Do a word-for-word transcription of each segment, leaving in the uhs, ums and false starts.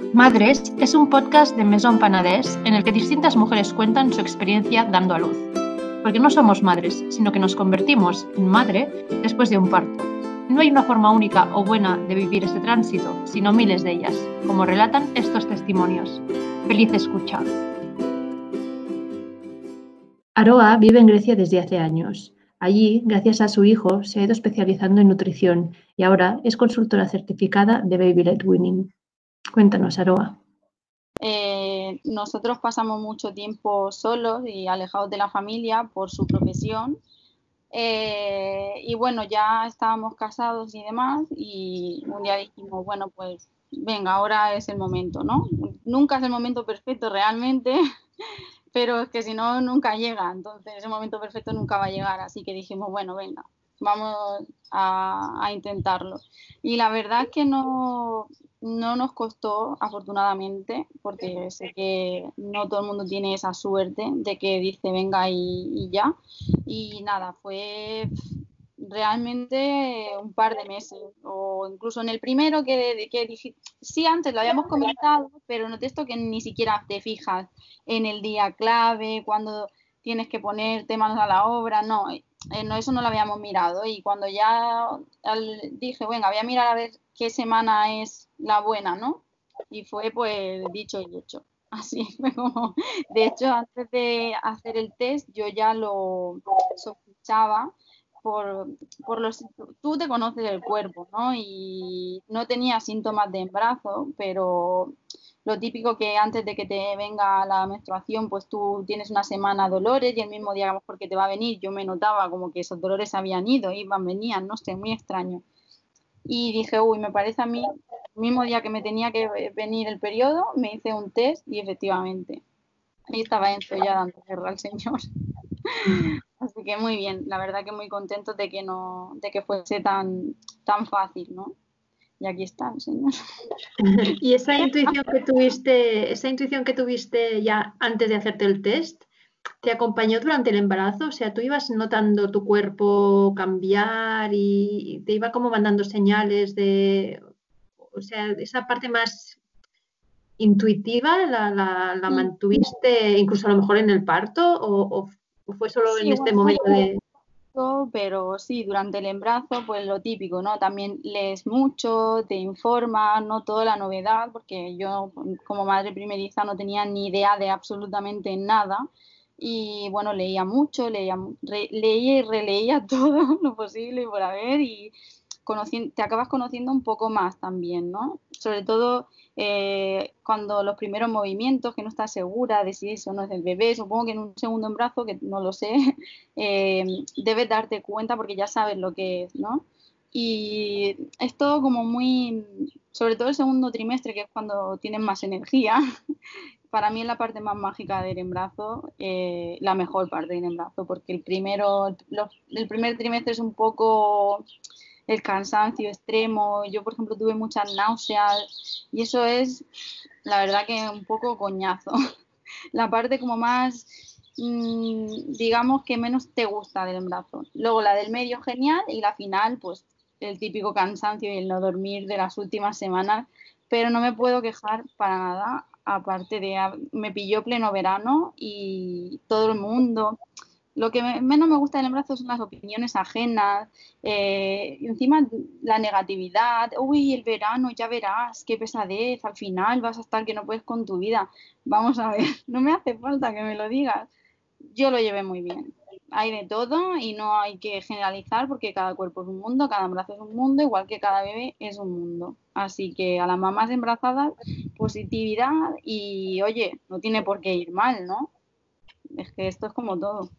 Madres es un podcast de Mesón Panadés en el que distintas mujeres cuentan su experiencia dando a luz. Porque no somos madres, sino que nos convertimos en madre después de un parto. No hay una forma única o buena de vivir este tránsito, sino miles de ellas, como relatan estos testimonios. Feliz escucha. Aroa vive en Grecia desde hace años. Allí, gracias a su hijo, se ha ido especializando en nutrición y ahora es consultora certificada de Baby-led Weaning. Cuéntanos, Aroa. Eh, nosotros pasamos mucho tiempo solos y alejados de la familia por su profesión. Eh, y bueno, ya estábamos casados y demás, y un día dijimos, bueno, pues venga, ahora es el momento, ¿no? Nunca es el momento perfecto realmente, pero es que si no, nunca llega. Entonces, ese momento perfecto nunca va a llegar. Así que dijimos, bueno, venga, vamos a, a intentarlo. Y la verdad es que no, no nos costó, afortunadamente, porque sé que no todo el mundo tiene esa suerte de que dice venga y, y ya. Y nada, fue realmente un par de meses, o incluso en el primero que, que dije, sí, antes lo habíamos comentado, pero noté esto que ni siquiera te fijas en el día clave, cuando tienes que ponerte manos a la obra, no, eh, no, eso no lo habíamos mirado. Y cuando ya al, dije, venga, voy a mirar a ver qué semana es la buena, ¿no? Y fue pues dicho y hecho. Así fue como, de hecho, antes de hacer el test yo ya lo sospechaba por, por los, tú te conoces el cuerpo, ¿no? Y no tenía síntomas de embarazo, pero lo típico que antes de que te venga la menstruación, pues tú tienes una semana dolores y el mismo día a lo mejor que te va a venir, yo me notaba como que esos dolores habían ido, iban, venían, no sé, muy extraño. Y dije, uy, me parece a mí, el mismo día que me tenía que venir el periodo, me hice un test y efectivamente, ahí estaba Enzo ya dando guerra al señor. Así que muy bien, la verdad que muy contentos de que no, de que fuese tan, tan fácil, ¿no? Y aquí está el señor. Y esa intuición que tuviste, esa intuición que tuviste ya antes de hacerte el test, ¿te acompañó durante el embarazo? O sea, tú ibas notando tu cuerpo cambiar y te iba como mandando señales de, o sea, esa parte más intuitiva la, la, la mantuviste incluso a lo mejor en el parto o, o fue solo en Sí, este bueno, momento de... pero sí, durante el embarazo, pues lo típico, ¿no? También lees mucho, te informas, no toda la novedad, porque yo como madre primeriza no tenía ni idea de absolutamente nada. Y bueno, leía mucho, leía, re, leía y releía todo lo posible y por haber, y te acabas conociendo un poco más también, ¿no? Sobre todo eh, cuando los primeros movimientos, que no estás segura de si eso no es el bebé, supongo que en un segundo embarazo, que no lo sé, eh, debes darte cuenta porque ya sabes lo que es, ¿no? Y es todo como muy, sobre todo el segundo trimestre, que es cuando tienes más energía. Para mí es la parte más mágica del embarazo, eh, la mejor parte del embarazo, porque el primero, los, el primer trimestre es un poco el cansancio extremo. Yo, por ejemplo, tuve muchas náuseas y eso es, la verdad, que un poco coñazo. La parte como más, mmm, digamos, que menos te gusta del embarazo. Luego la del medio, genial, y la final, pues el típico cansancio y el no dormir de las últimas semanas, pero no me puedo quejar para nada. Aparte de, me pilló pleno verano y todo el mundo. Lo que me, menos me gusta del embarazo son las opiniones ajenas, eh, y encima la negatividad. Uy, el verano, ya verás, qué pesadez, al final vas a estar que no puedes con tu vida. Vamos a ver, no me hace falta que me lo digas. Yo lo llevé muy bien. Hay de todo y no hay que generalizar porque cada cuerpo es un mundo, cada embarazo es un mundo, igual que cada bebé es un mundo. Así que a las mamás embarazadas, positividad y, oye, no tiene por qué ir mal, ¿no? Es que esto es como todo.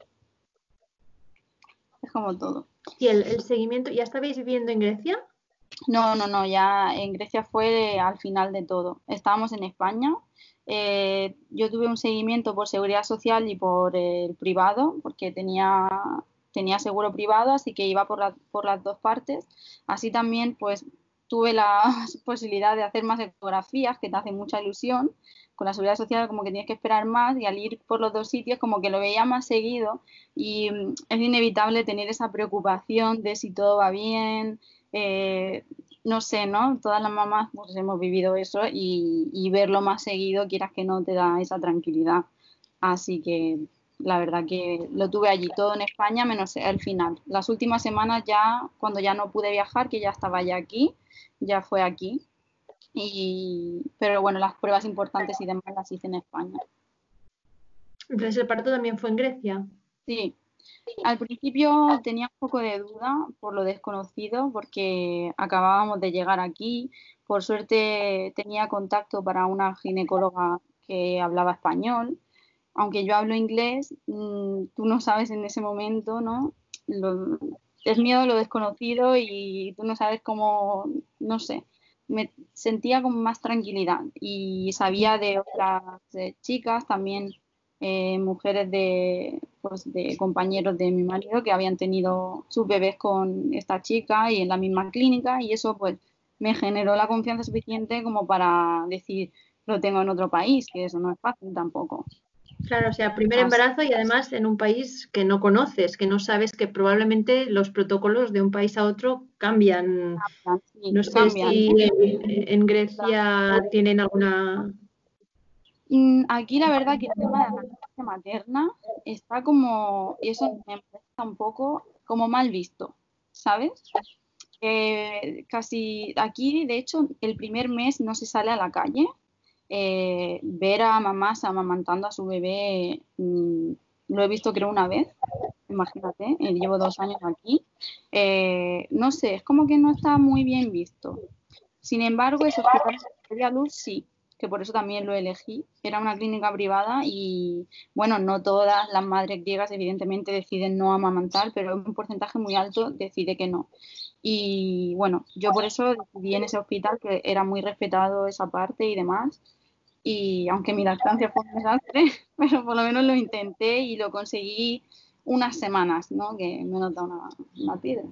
Es como todo. ¿Y el, el seguimiento, ya estabais viviendo en Grecia? No, no, no, ya en Grecia fue al final de todo. Estábamos en España. Eh, yo tuve un seguimiento por seguridad social y por el privado, porque tenía, tenía seguro privado, así que iba por, la, por las dos partes. Así también, pues, tuve la posibilidad de hacer más ecografías, que te hace mucha ilusión. Con la seguridad social como que tienes que esperar más, y al ir por los dos sitios como que lo veía más seguido, y mm, es inevitable tener esa preocupación de si todo va bien, eh, no sé, ¿no? Todas las mamás pues hemos vivido eso y, y verlo más seguido, quieras que no, te da esa tranquilidad. Así que la verdad que lo tuve allí todo en España, menos el final. Las últimas semanas ya, cuando ya no pude viajar, que ya estaba ya aquí, ya fue aquí. Y, pero bueno, las pruebas importantes y demás las hice en España. Entonces el parto también fue en Grecia. Sí, al principio tenía un poco de duda por lo desconocido, porque acabábamos de llegar aquí. Por suerte tenía contacto para una ginecóloga que hablaba español. Aunque yo hablo inglés, mmm, tú no sabes en ese momento, ¿no? Lo, es miedo a lo desconocido y tú no sabes cómo, no sé, me sentía con más tranquilidad y sabía de otras eh, chicas también, eh, mujeres de, pues, de compañeros de mi marido que habían tenido sus bebés con esta chica y en la misma clínica y eso pues me generó la confianza suficiente como para decir lo tengo en otro país, que eso no es fácil tampoco. Claro, o sea, primer Así, embarazo y además en un país que no conoces, que no sabes que probablemente los protocolos de un país a otro cambian. sí, No sé cambian, si ¿eh? en, en Grecia tienen alguna... Mm, Aquí la verdad que el tema de la lactancia materna está como, y eso me molesta un poco, como mal visto, ¿sabes? Eh, casi aquí, de hecho, el primer mes no se sale a la calle. Eh, ver a mamás amamantando a su bebé, mm, lo he visto creo una vez, imagínate, eh, llevo dos años aquí. Eh, no sé, es como que no está muy bien visto. Sin embargo, ese hospital de a luz sí, que por eso también lo elegí. Era una clínica privada y, bueno, no todas las madres griegas evidentemente deciden no amamantar, pero un porcentaje muy alto decide que no. Y bueno, yo por eso decidí en ese hospital, que era muy respetado esa parte y demás. Y aunque mi lactancia fue un desastre, pero por lo menos lo intenté y lo conseguí unas semanas, ¿no? Que me nota una, una piedra.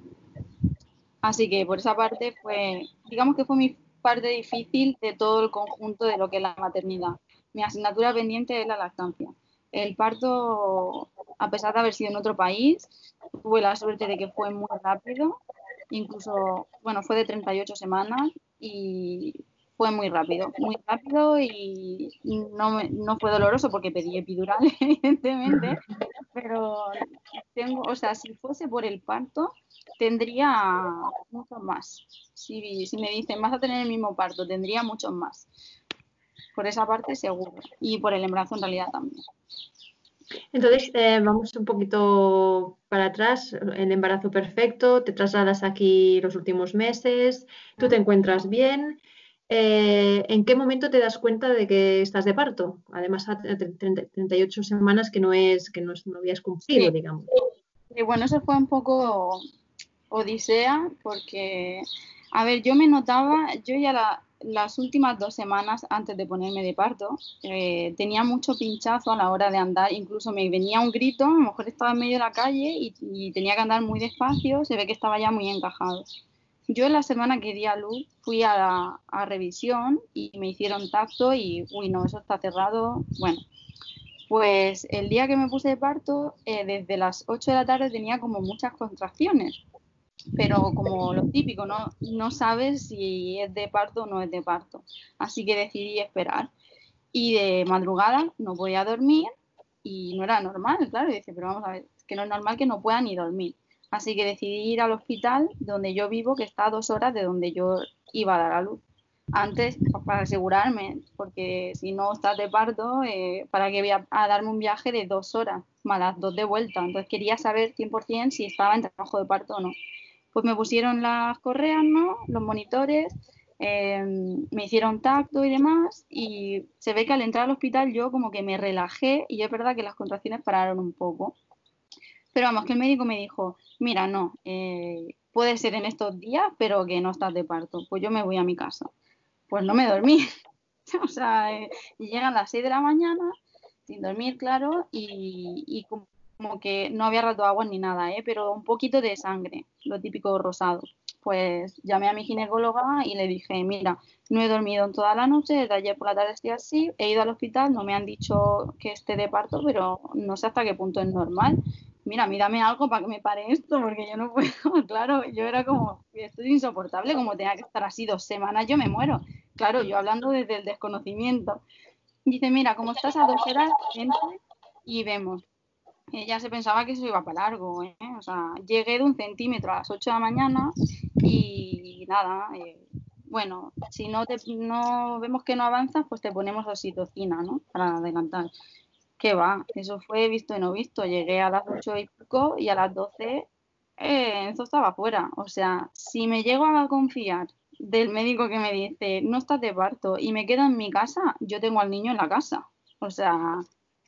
Así que por esa parte fue, digamos que fue mi parte difícil de todo el conjunto de lo que es la maternidad. Mi asignatura pendiente es la lactancia. El parto, a pesar de haber sido en otro país, tuve la suerte de que fue muy rápido, incluso, bueno, fue de treinta y ocho semanas y fue muy rápido, muy rápido y no, me, no fue doloroso porque pedí epidural, evidentemente, pero tengo, o sea, si fuese por el parto, tendría muchos más. Si, si me dicen, vas a tener el mismo parto, tendría muchos más. Por esa parte, seguro. Y por el embarazo, en realidad, también. Entonces, eh, vamos un poquito para atrás, el embarazo perfecto, te trasladas aquí los últimos meses, tú te encuentras bien. Eh, ¿en qué momento te das cuenta de que estás de parto? Además, a treinta y ocho semanas que no es que no, es- no habías cumplido, Sí. digamos. Y bueno, eso fue un poco odisea, porque, a ver, yo me notaba, yo ya la- las últimas dos semanas antes de ponerme de parto, eh, tenía mucho pinchazo a la hora de andar, incluso me venía un grito, a lo mejor estaba en medio de la calle y, y tenía que andar muy despacio, se ve que estaba ya muy encajado. Yo en la semana que di a luz fui a, la, a revisión y me hicieron tacto y, uy, no, eso está cerrado. Bueno, pues el día que me puse de parto, eh, desde las ocho de la tarde tenía como muchas contracciones, pero como lo típico, ¿no? No sabes si es de parto o no es de parto. Así que decidí esperar. Y de madrugada no podía dormir y no era normal, claro. Y dije, pero vamos a ver, es que no es normal que no pueda ni dormir. Así que decidí ir al hospital donde yo vivo, que está a dos horas de donde yo iba a dar a luz. Antes, para asegurarme, porque si no estás de parto, eh, ¿para qué voy a, a darme un viaje de dos horas, más las dos de vuelta? Entonces quería saber cien por ciento si estaba en trabajo de parto o no. Pues me pusieron las correas, ¿no? Los monitores, eh, me hicieron tacto y demás, y se ve que al entrar al hospital yo como que me relajé y es verdad que las contracciones pararon un poco. Pero vamos, que el médico me dijo, mira, no, eh, puede ser en estos días, pero que no estás de parto. Pues yo me voy a mi casa. Pues no me dormí. O sea, eh, llegan las seis de la mañana, sin dormir, claro, y, y como, como que no había rato agua ni nada, ¿eh? Pero un poquito de sangre, lo típico rosado. Pues llamé a mi ginecóloga y le dije, mira, no he dormido en toda la noche, desde ayer por la tarde estoy así, he ido al hospital, no me han dicho que esté de parto, pero no sé hasta qué punto es normal. mira, a mí dame algo para que me pare esto, porque yo no puedo, claro, yo era como, esto es insoportable, como tenga que estar así dos semanas, yo me muero. Claro, yo hablando desde el desconocimiento. Dice, mira, como estás a dos horas, vente y vemos. Ella se pensaba que eso iba para largo, ¿eh? O sea, llegué de un centímetro a las ocho de la mañana y nada, eh, bueno, si no, te, no vemos que no avanzas, pues te ponemos oxitocina, ¿no? Para adelantar. ¿Qué va? Eso fue visto y no visto. Llegué a las ocho y pico y a las doce eh, Enzo estaba fuera. O sea, si me llego a confiar del médico que me dice, no estás de parto y me quedo en mi casa, yo tengo al niño en la casa. O sea,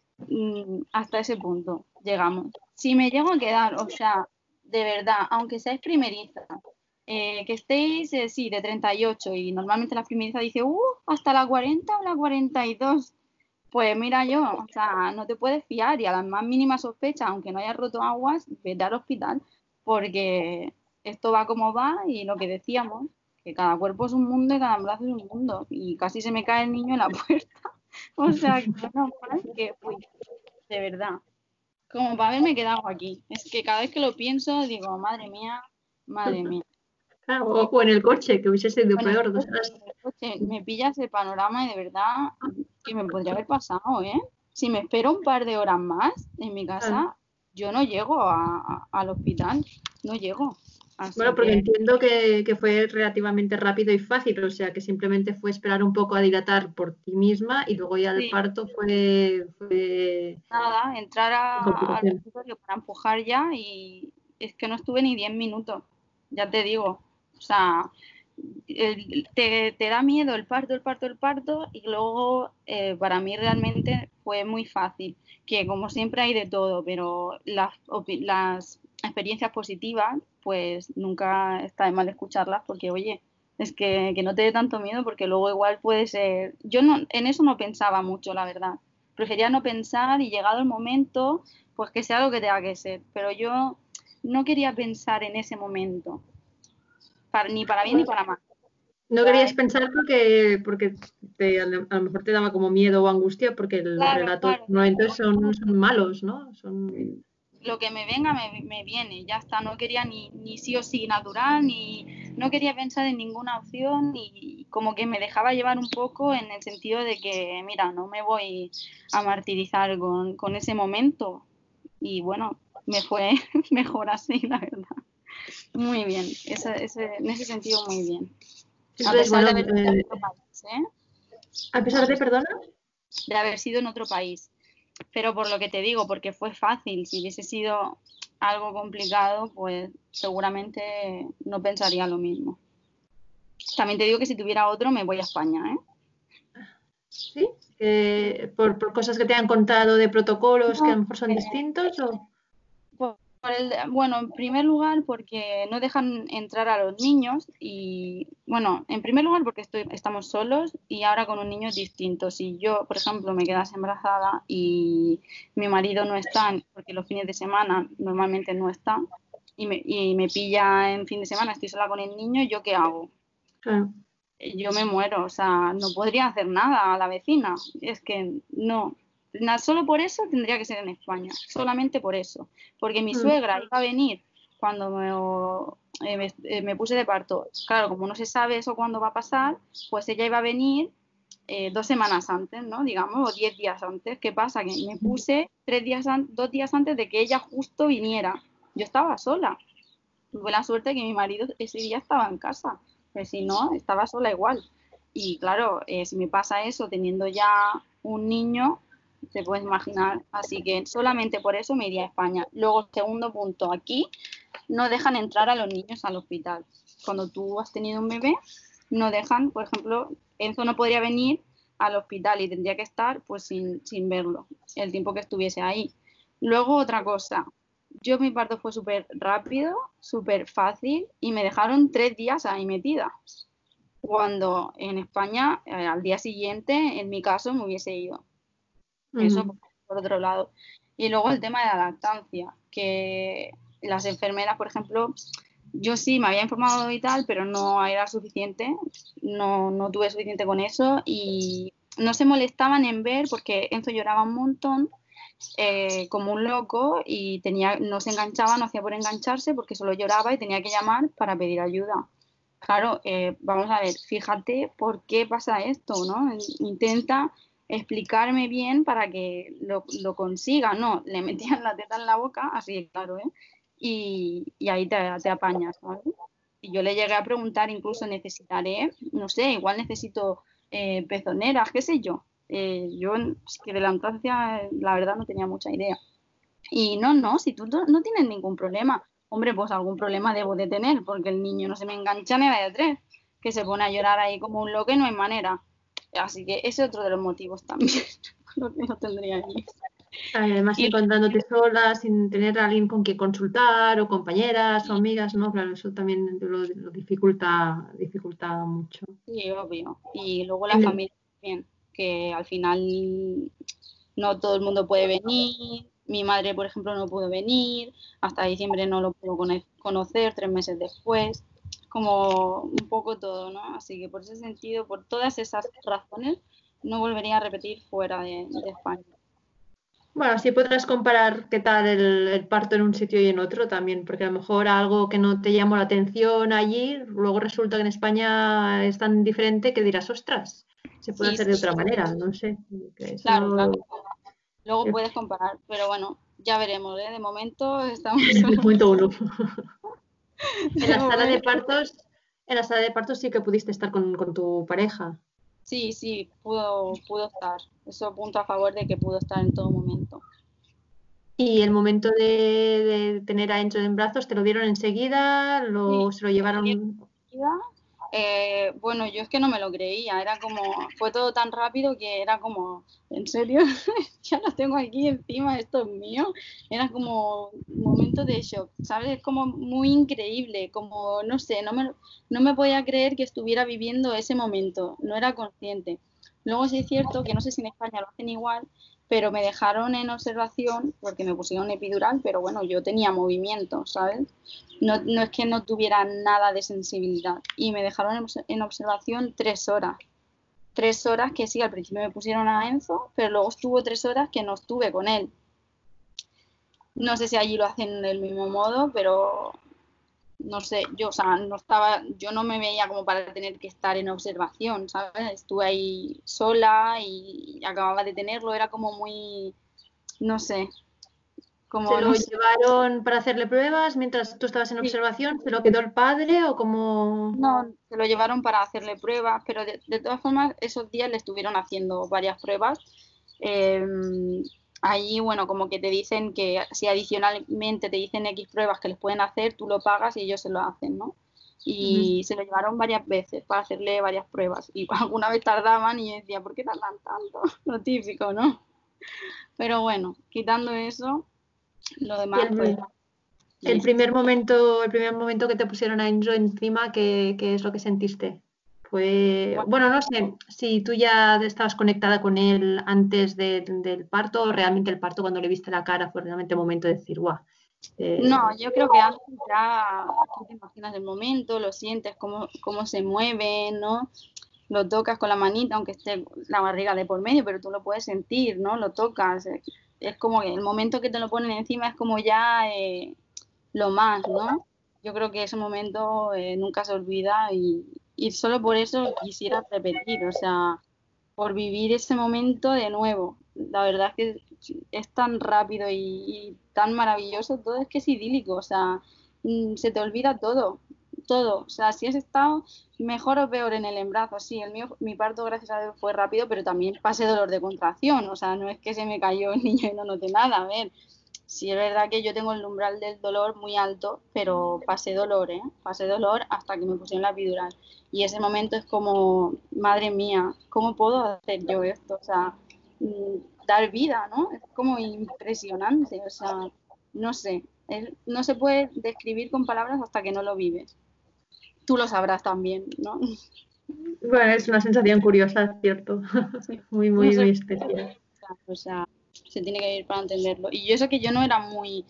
mm, hasta ese punto llegamos. Si me llego a quedar, o sea, de verdad, aunque seáis primeriza, eh, que estéis, eh, sí, de treinta y ocho y normalmente la primeriza dice, uh, hasta la cuarenta o la cuarenta y dos. Pues mira yo, o sea, no te puedes fiar y a las más mínimas sospechas, aunque no hayas roto aguas, vete al hospital, porque esto va como va y lo que decíamos, que cada cuerpo es un mundo y cada brazo es un mundo y casi se me cae el niño en la puerta. O sea, que menos mal que fui, de verdad. Como para haberme quedado aquí. Es que cada vez que lo pienso digo, madre mía, madre mía. Claro, o, o en el coche, que hubiese sido Bueno, peor, dos horas. en el coche me pillas el panorama y de verdad que me podría haber pasado, ¿eh? Si me espero un par de horas más en mi Claro. casa, yo no llego a, a, al hospital, no llego. Así Bueno, porque que entiendo que, que fue relativamente rápido y fácil, o sea, que simplemente fue esperar un poco a dilatar por ti misma y luego ya el sí, parto fue, fue nada, entrar a- al complicación. consultorio para empujar ya y es que no estuve ni diez minutos, ya te digo. O sea, el- te, te da miedo el parto, el parto, el parto y luego eh, para mí realmente fue muy fácil, que como siempre hay de todo, pero las, opi- las experiencias positivas pues nunca está de mal escucharlas porque oye, es que, que no te dé tanto miedo porque luego igual puede ser, yo no, en eso no pensaba mucho la verdad, prefería no pensar y llegado el momento pues que sea lo que tenga que ser, pero yo no quería pensar en ese momento, para, ni para bien ni para mal. O No sea, querías pensar porque, porque te, a lo a lo mejor te daba como miedo o angustia porque los claro, relatos claro. no entonces son, son malos, ¿no? Son... Lo que me venga me, me viene, ya está. No quería ni, ni sí o sí natural, ni no quería pensar en ninguna opción y como que me dejaba llevar un poco en el sentido de que, mira, no me voy a martirizar con, con ese momento. Y bueno, me fue mejor así, la verdad. Muy bien, ese, ese, en ese sentido muy bien. A Entonces, pesar bueno, de haber sido en eh, otro país, ¿eh? a pesar A de, pesar perdona, de haber sido en otro país. Pero por lo que te digo, porque fue fácil, si hubiese sido algo complicado, pues seguramente no pensaría lo mismo. También te digo que si tuviera otro me voy a España, ¿eh? ¿sí? Eh, por, por cosas que te han contado de protocolos que a No, lo mejor son distintos o... por, por el, bueno, en primer lugar porque no dejan entrar a los niños y, bueno, en primer lugar porque estoy, estamos solos y ahora con un niño es distinto. Si yo, por ejemplo, me quedase embarazada y mi marido no está, porque los fines de semana normalmente no está, y me, y me pilla en fin de semana, estoy sola con el niño, ¿yo qué hago? Claro. Yo me muero, o sea, no podría hacer nada a la vecina. Es que no. Na- Solo por eso tendría que ser en España, solamente por eso. Porque mi Mm, suegra iba a venir cuando me, eh, me, eh, me puse de parto. Claro, como no se sabe eso cuándo va a pasar, pues ella iba a venir eh, dos semanas antes, ¿no? Digamos, o diez días antes. ¿Qué pasa? Que me puse tres días an- dos días antes de que ella justo viniera. Yo estaba sola. Tuve la suerte de que mi marido ese día estaba en casa, pero si no, estaba sola igual. Y claro, eh, si me pasa eso teniendo ya un niño, te puedes imaginar. Así que solamente por eso me iría a España. Luego, segundo punto, aquí no dejan entrar a los niños al hospital. Cuando tú has tenido un bebé, no dejan, por ejemplo, Enzo no podría venir al hospital y tendría que estar pues sin, sin verlo el tiempo que estuviese ahí. Luego otra cosa, yo mi parto fue súper rápido, súper fácil y me dejaron tres días ahí metida. Cuando en España, eh, al día siguiente, en mi caso, me hubiese ido. Eso mm, por, por otro lado. Y luego el tema de la lactancia, que las enfermeras, por ejemplo, yo sí me había informado y tal, pero no era suficiente, no, no tuve suficiente con eso y no se molestaban en ver, porque Enzo lloraba un montón, eh, como un loco y tenía, no se enganchaba, no hacía por engancharse porque solo lloraba y tenía que llamar para pedir ayuda. Claro, eh, vamos a ver, fíjate por qué pasa esto, ¿no? Intenta explicarme bien para que lo, lo consiga, ¿no? Le metían la teta en la boca, así de claro, ¿eh? Y, y ahí te, te apañas, ¿vale? Y yo le llegué a preguntar, incluso necesitaré, no sé, igual necesito eh, pezoneras, qué sé yo. Eh, yo es que de la lactancia, la verdad, no tenía mucha idea. Y no, no, si tú no no tienes ningún problema, hombre, pues algún problema debo de tener, porque el niño no se me engancha ni a la de tres, que se pone a llorar ahí como un loco y no hay manera. Así que ese es otro de los motivos también, por lo que no tendría ahí. Además, Y encontrándote sola, sin tener a alguien con quien consultar, o compañeras o amigas, ¿no? Claro, eso también lo, lo dificulta, dificulta mucho. sí, obvio. Y luego la En el- familia también, que al final no todo el mundo puede venir. Mi madre, por ejemplo, no pudo venir. Hasta diciembre no lo pudo cone- conocer, tres meses después. Como un poco todo, ¿no? Así que por ese sentido, por todas esas razones, no volvería a repetir fuera de, de España. Bueno, sí podrás comparar qué tal el, el parto en un sitio y en otro también, porque a lo mejor algo que no te llamó la atención allí, luego resulta que en España es tan diferente que dirás, ostras, se puede Sí, hacer de sí, otra manera, no sé, que claro, eso claro. Luego es puedes comparar, pero bueno, ya veremos, ¿eh? De momento estamos el solo. momento uno. En De la sala de momento. partos, en la sala de partos sí que pudiste estar con, con tu pareja. Sí, sí, pudo, pudo estar. Eso punto a favor de que pudo estar en todo momento. Y el momento de, de tener a Enzo en brazos, ¿te lo dieron enseguida? Sí, ¿Lo, se lo llevaron? eh, bueno, yo es que no me lo creía, era como, fue todo tan rápido que era como, ¿en serio? Ya lo tengo aquí encima, esto es mío. Era como un momento de shock, ¿sabes? Es como muy increíble, como, no sé, no me, no me podía creer que estuviera viviendo ese momento, no era consciente. Luego sí es cierto que no sé si en España lo hacen igual, pero me dejaron en observación porque me pusieron epidural, pero bueno, yo tenía movimiento, ¿sabes? No, no es que no tuviera nada de sensibilidad. Y me dejaron en, en observación tres horas. Tres horas que sí, al principio me pusieron a Enzo, pero luego estuvo tres horas que no estuve con él. No sé si allí lo hacen del mismo modo, pero no sé, yo, o sea, no estaba, yo no me veía como para tener que estar en observación, ¿sabes? Estuve ahí sola y acababa de tenerlo, era como muy, no sé, ¿Se como, lo no sé. llevaron para hacerle pruebas mientras tú estabas en Sí, observación? ¿Se lo quedó el padre o como...? no, se lo llevaron para hacerle pruebas, pero de, de todas formas esos días le estuvieron haciendo varias pruebas. Eh, Allí, bueno, como que te dicen que si adicionalmente te dicen X pruebas que les pueden hacer, tú lo pagas y ellos se lo hacen, ¿no? Ujú. Y se lo llevaron varias veces para hacerle varias pruebas. Y alguna vez tardaban y yo decía, ¿por qué tardan tanto? Lo típico, ¿no? Pero bueno, quitando eso, lo Y demás, pues el, el bien. primer momento, el primer momento que te pusieron a Enzo encima, ¿qué, qué es lo que sentiste? Fue, Bueno, bueno, no sé si tú ya estabas conectada con él antes de- del parto o realmente el parto cuando le viste la cara fue realmente el momento de decir, guau. no, eh, yo creo que antes ya tú te imaginas el momento, lo sientes, cómo, cómo se mueve, ¿no? Lo tocas con la manita, aunque esté la barriga de por medio, pero tú lo puedes sentir, ¿no? Lo tocas. eh, Es como que el momento que te lo ponen encima es como ya eh, lo más, ¿no? Yo creo que ese momento eh, nunca se olvida y, y solo por eso quisiera repetir, o sea, por vivir ese momento de nuevo. La verdad es que es tan rápido y, y tan maravilloso, todo es que es idílico, o sea, mm, se te olvida todo, todo. O sea, si has estado mejor o peor en el embarazo, sí, el mío, mi parto, gracias a Dios, fue rápido, pero también pasé dolor de contracción, o sea, no es que se me cayó el niño y no noté nada, a ver. Sí, es verdad que yo tengo el umbral del dolor muy alto, pero pasé dolor, ¿eh? Pasé dolor hasta que me pusieron la epidural. Y ese momento es como, madre mía, ¿cómo puedo hacer yo esto? O sea, mm, dar vida, ¿no? Es como impresionante, o sea, no sé, es- no se puede describir con palabras hasta que no lo vives. Tú lo sabrás también, ¿no? bueno, es una sensación curiosa, ¿cierto? Sí, Muy, no muy, sé, muy especial. o sea, se tiene que vivir para entenderlo. Y yo sé que yo no era muy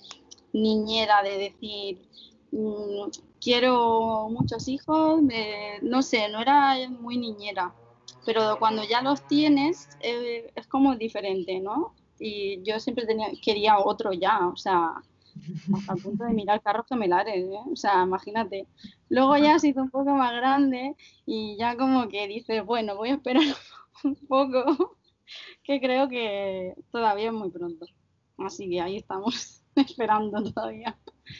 niñera de decir, mm, quiero muchos hijos, me- no sé, no era muy niñera. Pero cuando ya los tienes, eh, es como diferente, ¿no? y yo siempre tenía, quería otro ya, o sea, hasta el punto de mirar carros gemelares, ¿eh? O sea, imagínate. Luego ya se hizo un poco más grande y ya como que dices, bueno, voy a esperar un poco, que creo que todavía es muy pronto. Así que ahí estamos esperando todavía.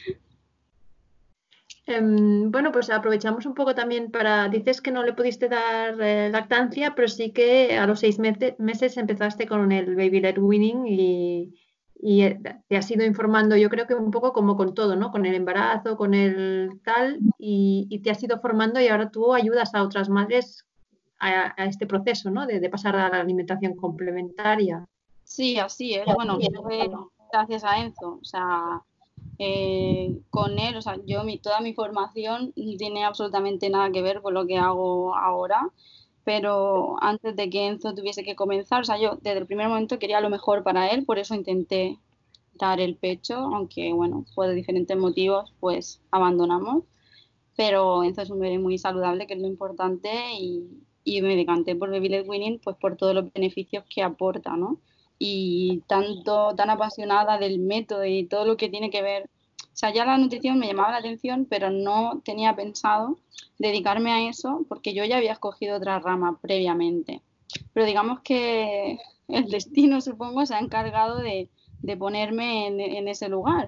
Em, bueno, pues aprovechamos un poco también para, dices que no le pudiste dar eh, lactancia, pero sí que a los seis mete- meses empezaste con el Baby Led Weaning y, y, eh, te has ido informando, yo creo que un poco como con todo, ¿no? Con el embarazo, con el tal, y, y te has ido formando y ahora tú ayudas a otras madres a, a este proceso, ¿no? De, de pasar a la alimentación complementaria. Sí, así es. Bueno, fue gracias a Enzo. O sea, eh, con él, o sea, yo mi, toda mi formación no tiene absolutamente nada que ver con lo que hago ahora, pero antes de que Enzo tuviese que comenzar, o sea, yo desde el primer momento quería lo mejor para él, por eso intenté dar el pecho, aunque bueno, por diferentes motivos, pues abandonamos. Pero Enzo es un bebé muy saludable, que es lo importante, y, y me decanté por Baby Led Weaning, pues por todos los beneficios que aporta, ¿no? Y tanto, tan apasionada del método y todo lo que tiene que ver. O sea, ya la nutrición me llamaba la atención, pero no tenía pensado dedicarme a eso porque yo ya había escogido otra rama previamente. Pero digamos que el destino, supongo, se ha encargado de, de ponerme en, en ese lugar.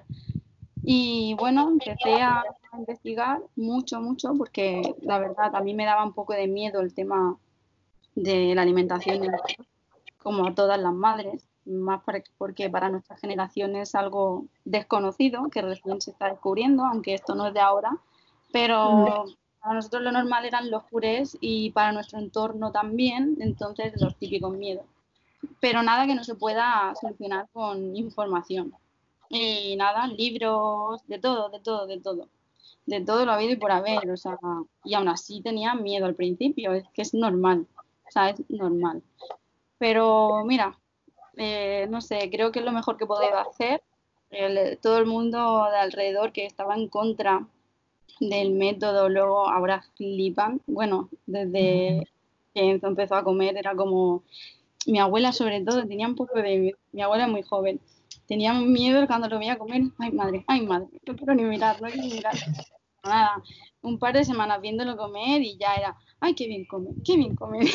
Y bueno, empecé a investigar mucho, mucho, porque la verdad a mí me daba un poco de miedo el tema de la alimentación, como a todas las madres, más porque para nuestra generación es algo desconocido, que recién se está descubriendo, aunque esto no es de ahora, pero para nosotros lo normal eran los purés y para nuestro entorno también, entonces los típicos miedos. Pero nada que no se pueda solucionar con información. Y nada, libros, de todo, de todo, de todo. De todo lo habido y por haber, o sea, y aún así tenía miedo al principio, es que es normal, o sea, es normal. Pero mira, eh, no sé, creo que es lo mejor que podía hacer. El- todo el mundo de alrededor que estaba en contra del método, luego ahora flipan. Bueno, desde que Enzo empezó a comer era como, mi abuela sobre todo tenía un poco de miedo, mi abuela es muy joven, tenía miedo cuando lo veía comer, ay madre, ay madre, no quiero ni mirar, no quiero ni mirar. Nada, un par de semanas viéndolo comer y ya era, ay, qué bien come, qué bien come.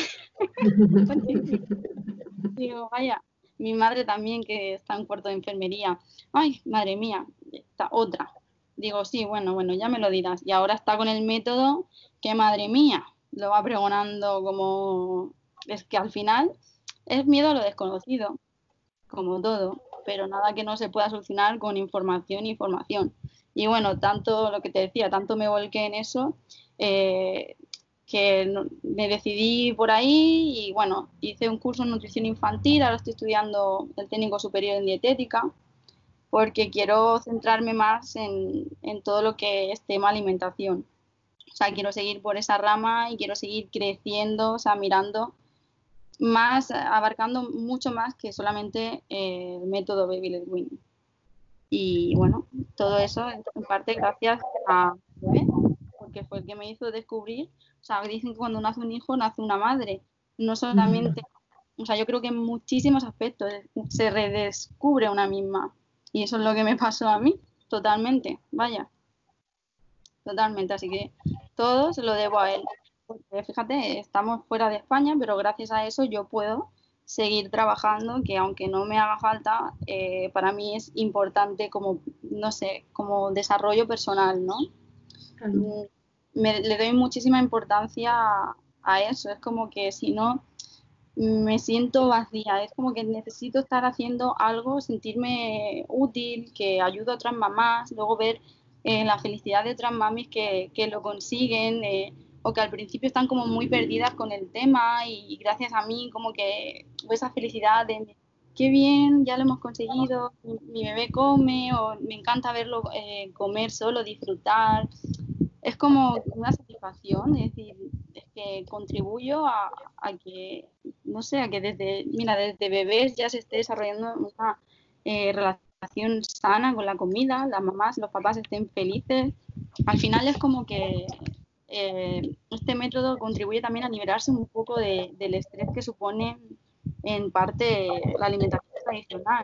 Digo, vaya, mi madre también que está en cuarto de enfermería, ay, madre mía, esta otra. Digo, sí, bueno, bueno, ya me lo dirás. Y ahora está con el método que, madre mía, lo va pregonando como... Es que al final es miedo a lo desconocido, como todo, pero nada que no se pueda solucionar con información y formación. Y bueno, tanto lo que te decía, tanto me volqué en eso, eh, que no, me decidí por ahí y bueno, hice un curso en nutrición infantil, ahora estoy estudiando el técnico superior en dietética, porque quiero centrarme más en, en todo lo que es tema alimentación. O sea, quiero seguir por esa rama y quiero seguir creciendo, o sea, mirando más, abarcando mucho más que solamente eh, el método Baby Led Weaning. Y bueno, todo eso en parte gracias a bebé, porque fue el que me hizo descubrir, o sea, dicen que cuando nace un hijo nace una madre, no solamente, o sea, yo creo que en muchísimos aspectos se redescubre una misma. Y eso es lo que me pasó a mí, totalmente, vaya, totalmente. Así que todo se lo debo a él. Porque fíjate, estamos fuera de España, pero gracias a eso yo puedo seguir trabajando, que aunque no me haga falta, eh, para mí es importante como, no sé, como desarrollo personal, ¿no? Claro. Me, le doy muchísima importancia a, a eso, es como que si no me siento vacía, es como que necesito estar haciendo algo, sentirme útil, que ayude a otras mamás, luego ver eh, la felicidad de otras mamis que, que lo consiguen eh, o que al principio están como muy perdidas con el tema y, y gracias a mí como que tuve esa felicidad de qué bien, ya lo hemos conseguido, mi, mi bebé come o me encanta verlo eh, comer solo, disfrutar. Es como una satisfacción, es decir, es que contribuyo a, a que, no sé, a que desde, mira, desde bebés ya se esté desarrollando una eh, relación sana con la comida, las mamás, los papás estén felices. Al final es como que eh, este método contribuye también a liberarse un poco de, del estrés que supone en parte la alimentación tradicional.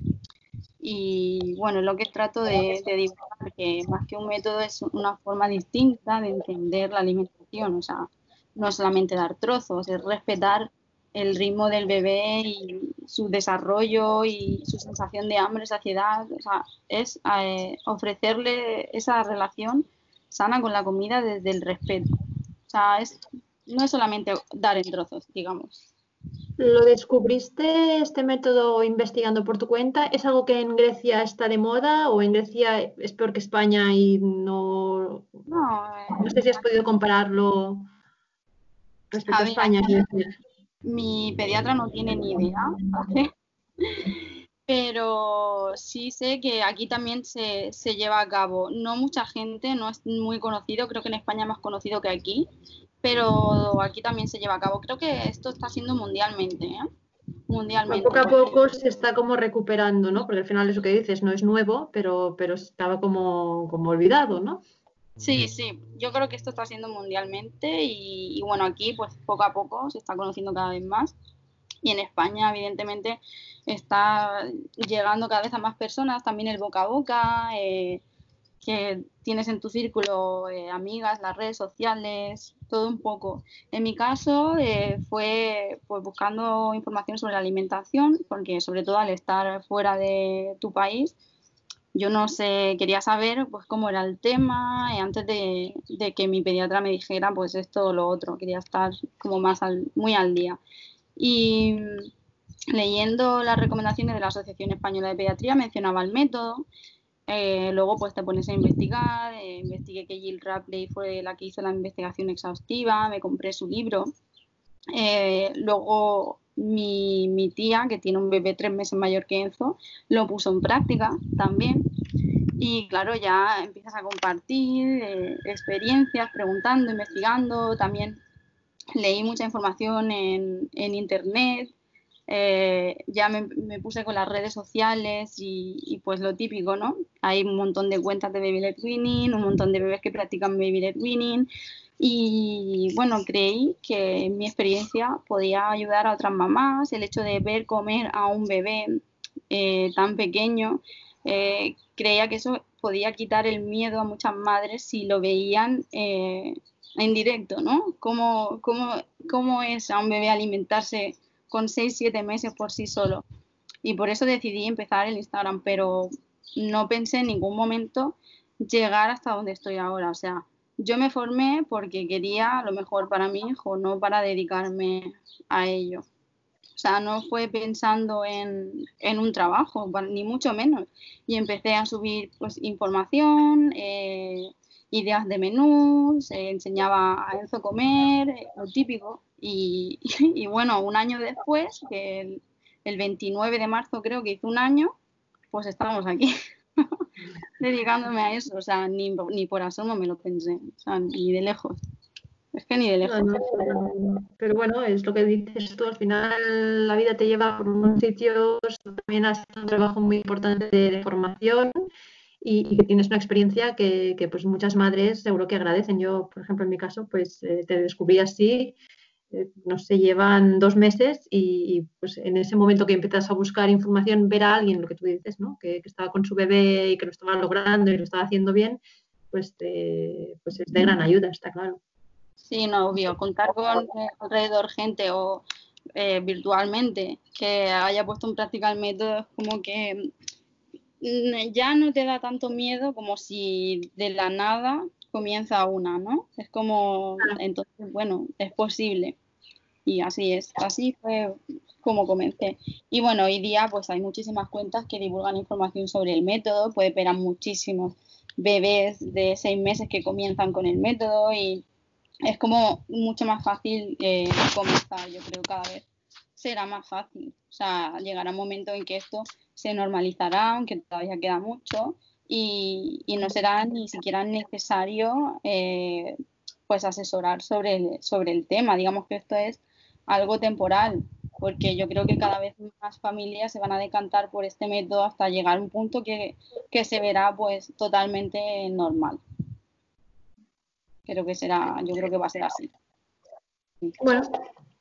Y bueno, lo que trato de, de divulgar, que más que un método es una forma distinta de entender la alimentación, o sea, no solamente dar trozos, es respetar el ritmo del bebé y su desarrollo y su sensación de hambre, saciedad, o sea, es eh, ofrecerle esa relación sana con la comida desde el respeto. O sea, es, no es solamente dar en trozos, digamos. ¿Lo descubriste este método investigando por tu cuenta? ¿Es algo que en Grecia está de moda o en Grecia es peor que España y no, No, no eh, sé si has podido compararlo respecto a a ver, España? aquí Quiero decir. mi pediatra no tiene ni idea, ¿vale? Pero sí sé que aquí también se, se lleva a cabo. No mucha gente, no es muy conocido, creo que en España es más conocido que aquí, pero aquí también se lleva a cabo. Creo que esto está siendo mundialmente, ¿eh? Bueno, Mundialmente, poco a porque poco se está como recuperando, ¿no? Porque al final eso que dices no es nuevo, pero, pero estaba como, como olvidado, ¿no? sí, sí, yo creo que esto está siendo mundialmente y, y bueno, aquí pues poco a poco se está conociendo cada vez más. Y en España, evidentemente, está llegando cada vez a más personas, también el boca a boca, eh, que tienes en tu círculo eh, amigas, las redes sociales, todo un poco. En mi caso eh, fue pues, buscando información sobre la alimentación, porque sobre todo al estar fuera de tu país, yo no sé, quería saber pues cómo era el tema eh, antes de, de que mi pediatra me dijera pues esto o lo otro, quería estar como más al, muy al día. Y leyendo las recomendaciones de la Asociación Española de Pediatría mencionaba el método, eh, luego pues te pones a investigar, eh, investigué que Jill Rapley fue la que hizo la investigación exhaustiva, me compré su libro, eh, luego mi, mi tía, que tiene un bebé tres meses mayor que Enzo, lo puso en práctica también. Y claro, ya empiezas a compartir eh, experiencias, preguntando, investigando. También leí mucha información en, en internet. Eh, ya me, me, puse con las redes sociales y, y, pues lo típico, ¿no? Hay un montón de cuentas de Baby Led Weaning, un montón de bebés que practican Baby Led Weaning y bueno, creí que mi experiencia podía ayudar a otras mamás, el hecho de ver comer a un bebé eh, tan pequeño, eh, creía que eso podía quitar el miedo a muchas madres si lo veían eh, en directo, ¿no? ¿Cómo, cómo, cómo es a un bebé alimentarse con seis siete meses por sí solo? Y por eso decidí empezar el Instagram, pero no pensé en ningún momento llegar hasta donde estoy ahora. O sea, yo me formé porque quería lo mejor para mi hijo, no para dedicarme a ello. O sea, no fue pensando en, en un trabajo, ni mucho menos. Y empecé a subir pues, información, eh, ideas de menús, eh, enseñaba a Enzo a comer, eh, lo típico. Y, y bueno, un año después, que el, el veintinueve de marzo creo que hizo un año, pues estamos aquí, dedicándome a eso. O sea, ni, ni por asomo me lo pensé, o sea, ni de lejos. Es que ni de lejos. No, no, pero, pero bueno, es lo que dices tú, al final la vida te lleva por unos sitios, también has hecho un trabajo muy importante de, de formación y, y que tienes una experiencia que, que, pues muchas madres seguro que agradecen. Yo, por ejemplo, en mi caso, pues eh, te descubrí así, eh, no sé, llevan dos meses y, y, pues en ese momento que empiezas a buscar información, ver a alguien, lo que tú dices, ¿no? Que, que estaba con su bebé y que lo estaba logrando y lo estaba haciendo bien, pues, te, pues es de gran ayuda, está claro. Sí, no, obvio. Contar con eh, alrededor gente o eh, virtualmente que haya puesto en práctica el método es como que mm, ya no te da tanto miedo como si de la nada comienza una, ¿no? Es como, entonces, bueno, es posible. Y así es, así fue como comencé. Y bueno, hoy día pues hay muchísimas cuentas que divulgan información sobre el método, puedes ver a muchísimos bebés de seis meses que comienzan con el método y es como mucho más fácil eh, comenzar, yo creo, cada vez será más fácil. O sea, llegará un momento en que esto se normalizará, aunque todavía queda mucho, y, y no será ni siquiera necesario eh, pues asesorar sobre el, sobre el tema. Digamos que esto es algo temporal, porque yo creo que cada vez más familias se van a decantar por este método hasta llegar a un punto que, que se verá pues totalmente normal. Creo que será, yo creo que va a ser así. Bueno,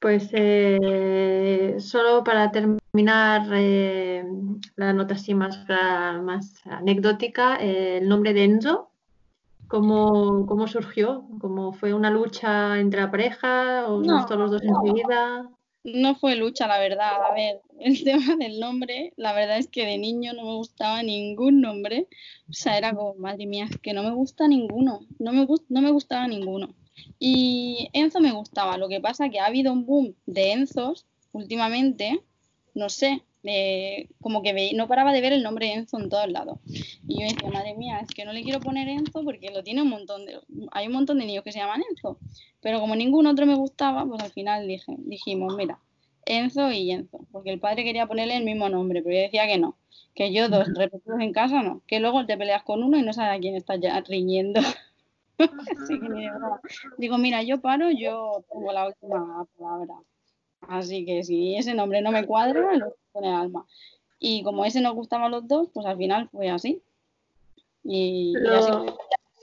Pues eh, solo para terminar eh, la nota así más, más anecdótica, eh, el nombre de Enzo, ¿cómo, cómo surgió? ¿Cómo fue una lucha entre la pareja? ¿Os No, gustó los dos enseguida? no fue lucha, la verdad. A ver, el tema del nombre, la verdad es que de niño no me gustaba ningún nombre. O sea, era como, madre mía, es que no me gusta ninguno. No me, gust- no me gustaba ninguno. Y Enzo me gustaba. Lo que pasa que ha habido un boom de Enzos últimamente. No sé, eh, como que ve- no paraba de ver el nombre Enzo en todos lados. Y yo decía, madre mía, es que no le quiero poner Enzo porque lo tiene un montón de... Hay un montón de niños que se llaman Enzo. Pero como ningún otro me gustaba, pues al final dije, dijimos, mira, Enzo y Enzo, porque el padre quería ponerle el mismo nombre, pero yo decía que no, que yo dos repetidos en casa no, que luego te peleas con uno y no sabes a quién estás ya riñendo. Así que ni de broma. Digo, mira, yo paro, yo tengo la última palabra. Así que si ese nombre no me cuadra, lo pone Alma. Y como ese nos gustaba a los dos, pues al final fue así. Y, y así. Lo,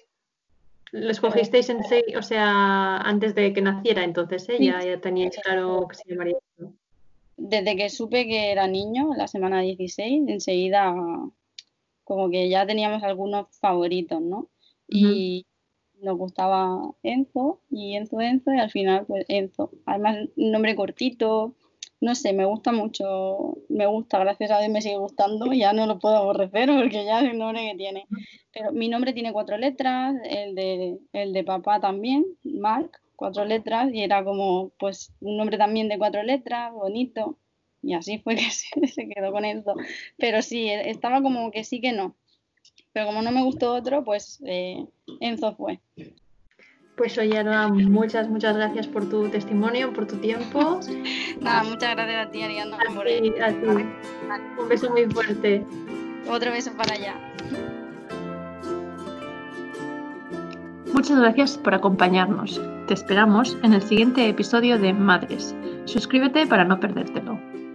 lo escogisteis en serio, o sea, antes de que naciera, entonces Sí, ella ya teníais claro que se llamaría. desde que supe que era niño, la semana dieciséis, enseguida como que ya teníamos algunos favoritos, ¿no? Y nos gustaba Enzo y Enzo, Enzo, y al final pues Enzo. Además, un nombre cortito, no sé, me gusta mucho, me gusta, gracias a Dios me sigue gustando, ya no lo puedo aborrecer porque ya es el nombre que tiene. Pero mi nombre tiene cuatro letras, el de, el de papá también, Marc, cuatro letras, y era como pues un nombre también de cuatro letras, bonito. Y así fue que se, se quedó con Enzo. Pero sí, estaba como que sí que no. Pero como no me gustó otro, pues eh, Enzo fue. Pues oye, Aroa, muchas, muchas gracias por tu testimonio, por tu tiempo. Nada, muchas gracias a ti, Ariana, por A ti, a ti. Un beso muy fuerte. Otro beso para allá. Muchas gracias por acompañarnos. Te esperamos en el siguiente episodio de Madres. Suscríbete para no perdértelo.